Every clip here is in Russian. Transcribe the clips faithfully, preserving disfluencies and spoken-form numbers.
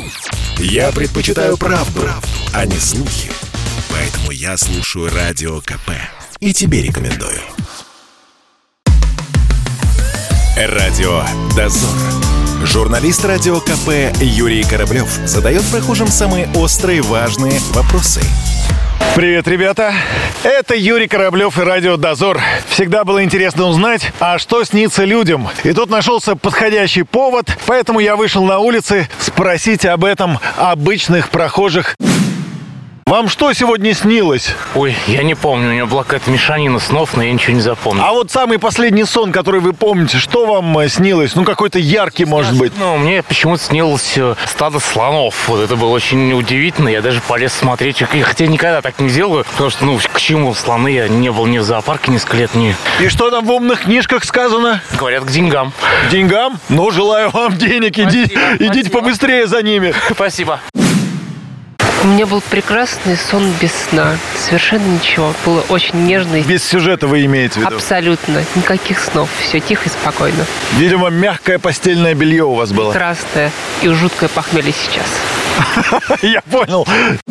Я предпочитаю правду, правду, а не слухи. Поэтому я слушаю Радио КП. И тебе рекомендую. Радио «Дозор». Журналист Радио КП Юрий Кораблев задает прохожим самые острые важные вопросы. Привет, ребята! Это Юрий Кораблев и Радио «Дозор». Всегда было интересно узнать, а что снится людям. И тут нашелся подходящий повод, поэтому я вышел на улицы спросить об этом обычных прохожих. Вам что сегодня снилось? Ой, я не помню, у меня была какая-то мешанина снов, но я ничего не запомнил. А вот самый последний сон, который вы помните, что вам снилось? Ну, какой-то яркий, может быть. Ну, мне почему-то снилось стадо слонов. Вот это было очень удивительно. Я даже полез смотреть. Хотя никогда так не делаю, потому что, ну, к чему слоны? Я не был ни в зоопарке несколько лет, ни... И что там в умных книжках сказано? Говорят, к деньгам. К деньгам? Ну, желаю вам денег. Иди, Спасибо, идите спасибо. побыстрее за ними. Спасибо. У меня был прекрасный сон без сна. Совершенно ничего. Было очень нежно. Без сюжета вы имеете в виду? Абсолютно. Никаких снов. Все тихо и спокойно. Видимо, мягкое постельное белье у вас было. Прекрасное. И жуткое похмелье сейчас. Я понял.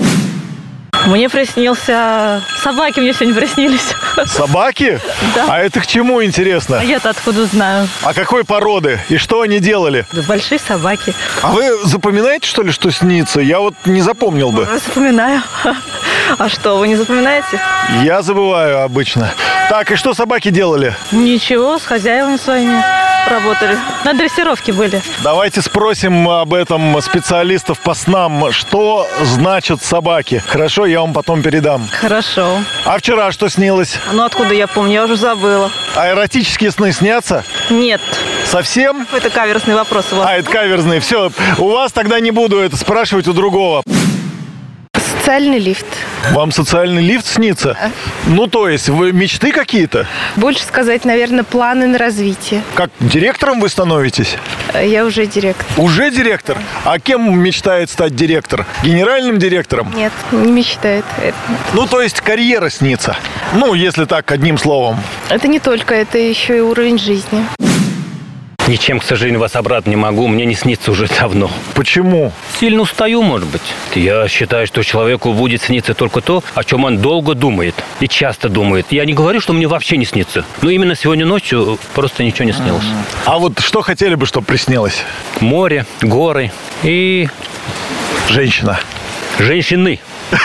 Мне приснился... Собаки мне сегодня приснились. Собаки? Да. А это к чему, интересно? А я-то откуда знаю? А какой породы? И что они делали? Да большие собаки. А вы запоминаете, что ли, что снится? Я вот не запомнил бы. Запоминаю. А что, вы не запоминаете? Я забываю обычно. Так, и что собаки делали? Ничего, с хозяевами своими работали. На дрессировке были. Давайте спросим об этом специалистов по снам. Что значат собаки? Хорошо, я вам потом передам. Хорошо. А вчера что снилось? Ну откуда я помню? Я уже забыла. А эротические сны снятся? Нет. Совсем? Это каверзный вопрос у вас. А, это каверзный. Все, у вас тогда не буду это спрашивать у другого. Социальный лифт. Вам социальный лифт снится? Да. Ну, то есть, вы мечты какие-то? Больше сказать, наверное, планы на развитие. Как, директором вы становитесь? Я уже директор. Уже директор? А кем мечтает стать директор? Генеральным директором? Нет, не мечтает. Ну, то есть, карьера снится. Ну, если так, одним словом. Это не только, это еще и уровень жизни. Ничем, к сожалению, вас обратно не могу. Мне не снится уже давно. Почему? Сильно устаю, может быть. Я считаю, что человеку будет сниться только то, о чем он долго думает и часто думает. Я не говорю, что мне вообще не снится. Но именно сегодня ночью просто ничего не снилось. А вот что хотели бы, чтобы приснилось? Море, горы и... Женщина. Женщины.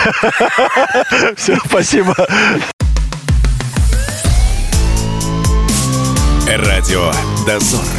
Все, спасибо. Радио «Дозор».